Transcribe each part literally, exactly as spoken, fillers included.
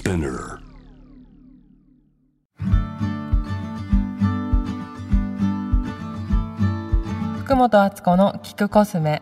Spinner. 福本敦子の聞くコスメ。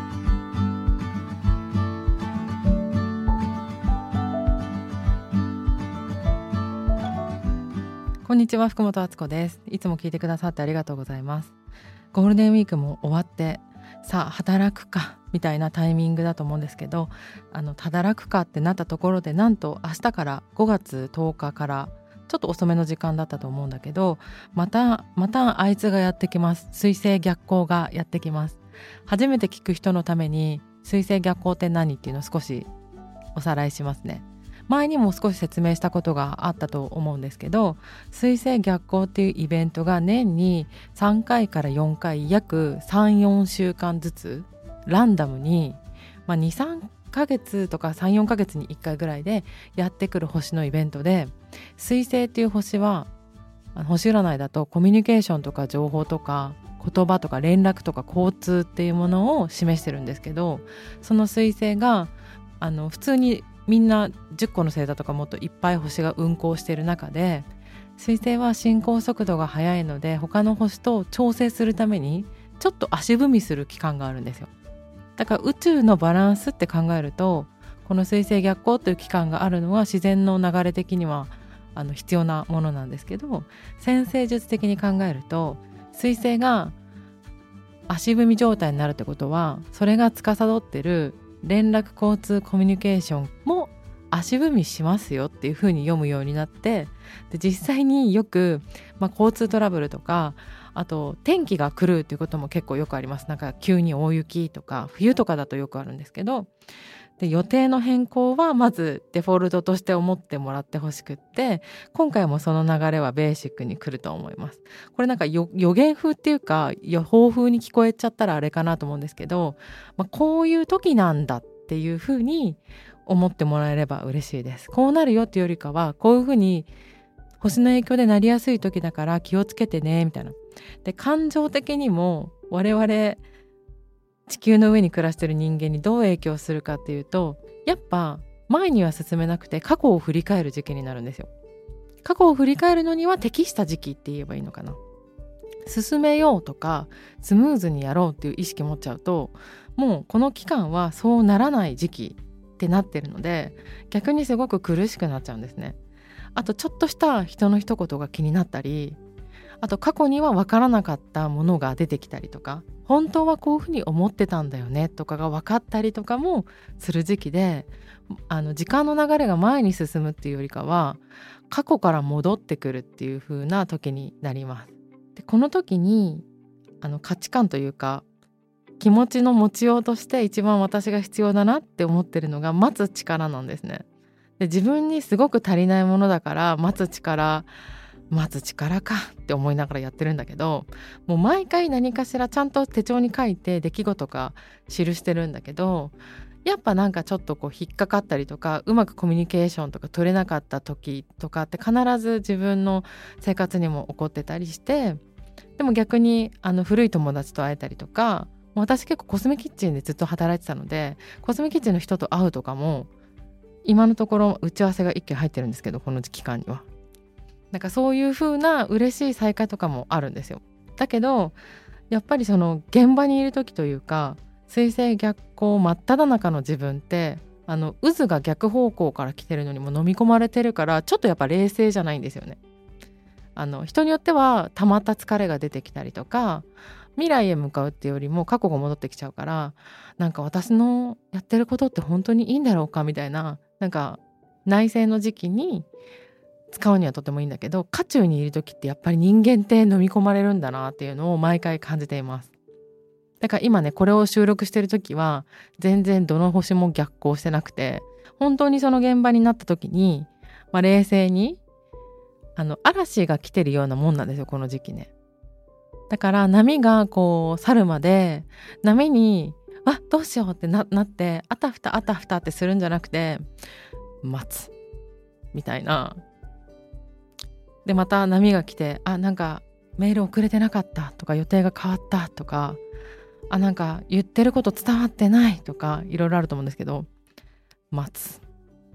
こんにちは、福本敦子です。いつも聞いてくださってありがとうございます。ゴールデンウィークも終わって、さあ働くかみたいなタイミングだと思うんですけど、あの働くかってなったところで、なんと明日からごがつとおかからちょっと遅めの時間だったと思うんだけど、またまたあいつがやってきます。水星逆行がやってきます。初めて聞く人のために水星逆行って何っていうのを少しおさらいしますね。前にも少し説明したことがあったと思うんですけど、水星逆行っていうイベントが年にさんかいからよんかい、約さん、よんしゅうかんずつランダムに、まあ、に、さんかげつとかさん、よんかげつにいっかいぐらいでやってくる星のイベントで、水星っていう星は星占いだとコミュニケーションとか情報とか言葉とか連絡とか交通っていうものを示してるんですけど、その水星があの普通にみんなじゅっこの星座とかもっといっぱい星が運行している中で、水星は進行速度が速いので他の星と調整するためにちょっと足踏みする期間があるんですよ。だから宇宙のバランスって考えると、この水星逆行という期間があるのは自然の流れ的にはあの必要なものなんですけど、占星術的に考えると水星が足踏み状態になるってことは、それが司ってる連絡交通コミュニケーションも足踏みしますよっていう風に読むようになって、で実際によく、まあ、交通トラブルとか、あと天気が狂うっていうことも結構よくあります。なんか急に大雪とか冬とかだとよくあるんですけど、で予定の変更はまずデフォルトとして思ってもらってほしくって、今回もその流れはベーシックに来ると思います。これなんか予言風っていうか予報風に聞こえちゃったらあれかなと思うんですけど、まあ、こういう時なんだっていうふうに思ってもらえれば嬉しいです。こうなるよっていうよりかは、こういうふうに星の影響でなりやすい時だから気をつけてねみたいな。で感情的にも我々地球の上に暮らしてる人間にどう影響するかっていうと、やっぱ前には進めなくて過去を振り返る時期になるんですよ。過去を振り返るのには適した時期って言えばいいのかな。進めようとかスムーズにやろうっていう意識持っちゃうと、もうこの期間はそうならない時期ってなってるので、逆にすごく苦しくなっちゃうんですね。あとちょっとした人の一言が気になったり、あと過去には分からなかったものが出てきたりとか、本当はこういうふうに思ってたんだよねとかが分かったりとかもする時期で、あの時間の流れが前に進むっていうよりかは過去から戻ってくるっていう風な時になります。でこの時にあの価値観というか気持ちの持ちようとして一番私が必要だなって思ってるのが待つ力なんですね。で自分にすごく足りないものだから待つ力待つ力かって思いながらやってるんだけど、もう毎回何かしらちゃんと手帳に書いて出来事か記してるんだけど、やっぱなんかちょっとこう引っかかったりとか、うまくコミュニケーションとか取れなかった時とかって必ず自分の生活にも起こってたりして、でも逆にあの古い友達と会えたりとか、私結構コスメキッチンでずっと働いてたので、コスメキッチンの人と会うとかも今のところ打ち合わせがいっけん入ってるんですけど、この期間にはなんかそういう風な嬉しい再会とかもあるんですよ。だけどやっぱりその現場にいる時というか、水星逆行真っ只中の自分ってあの渦が逆方向から来てるのにも飲み込まれてるから、ちょっとやっぱ冷静じゃないんですよね。あの人によってはたまった疲れが出てきたりとか、未来へ向かうっていうよりも過去が戻ってきちゃうから、なんか私のやってることって本当にいいんだろうかみたいな、なんか内省の時期に使うにはとてもいいんだけど、渦中にいる時ってやっぱり人間って飲み込まれるんだなっていうのを毎回感じています。だから今ねこれを収録してる時は全然どの星も逆行してなくて、本当にその現場になった時に、まあ、冷静にあの嵐が来てるようなもんなんですよ、この時期ね。だから波がこう去るまで、波にあどうしようって な, なってあたふたあたふたってするんじゃなくて、待つみたいな。でまた波が来て、あなんかメール遅れてなかったとか、予定が変わったとか、あなんか言ってること伝わってないとか、いろいろあると思うんですけど、待つっ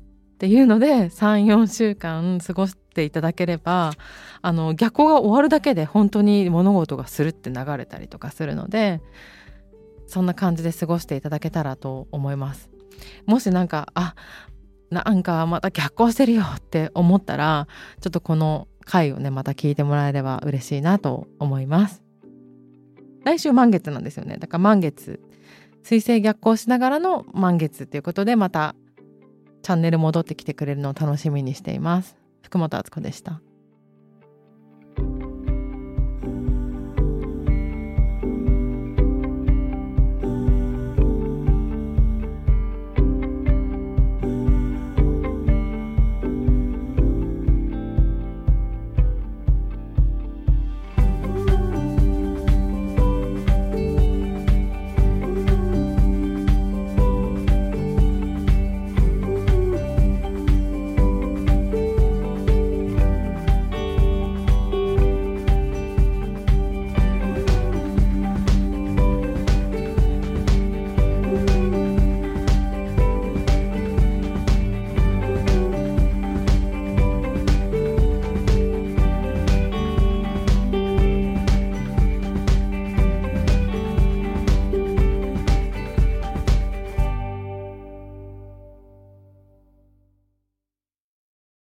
っていうのでさん、よんしゅうかん過ごしていただければ、あの逆行が終わるだけで本当に物事がスルって流れたりとかするので、そんな感じで過ごしていただけたらと思います。もしなんかあなんかまた逆行してるよって思ったら、ちょっとこの回をねまた聞いてもらえれば嬉しいなと思います。来週満月なんですよね。だから満月、水星逆行しながらの満月ということで、またチャンネル戻ってきてくれるのを楽しみにしています。福本敦子でした。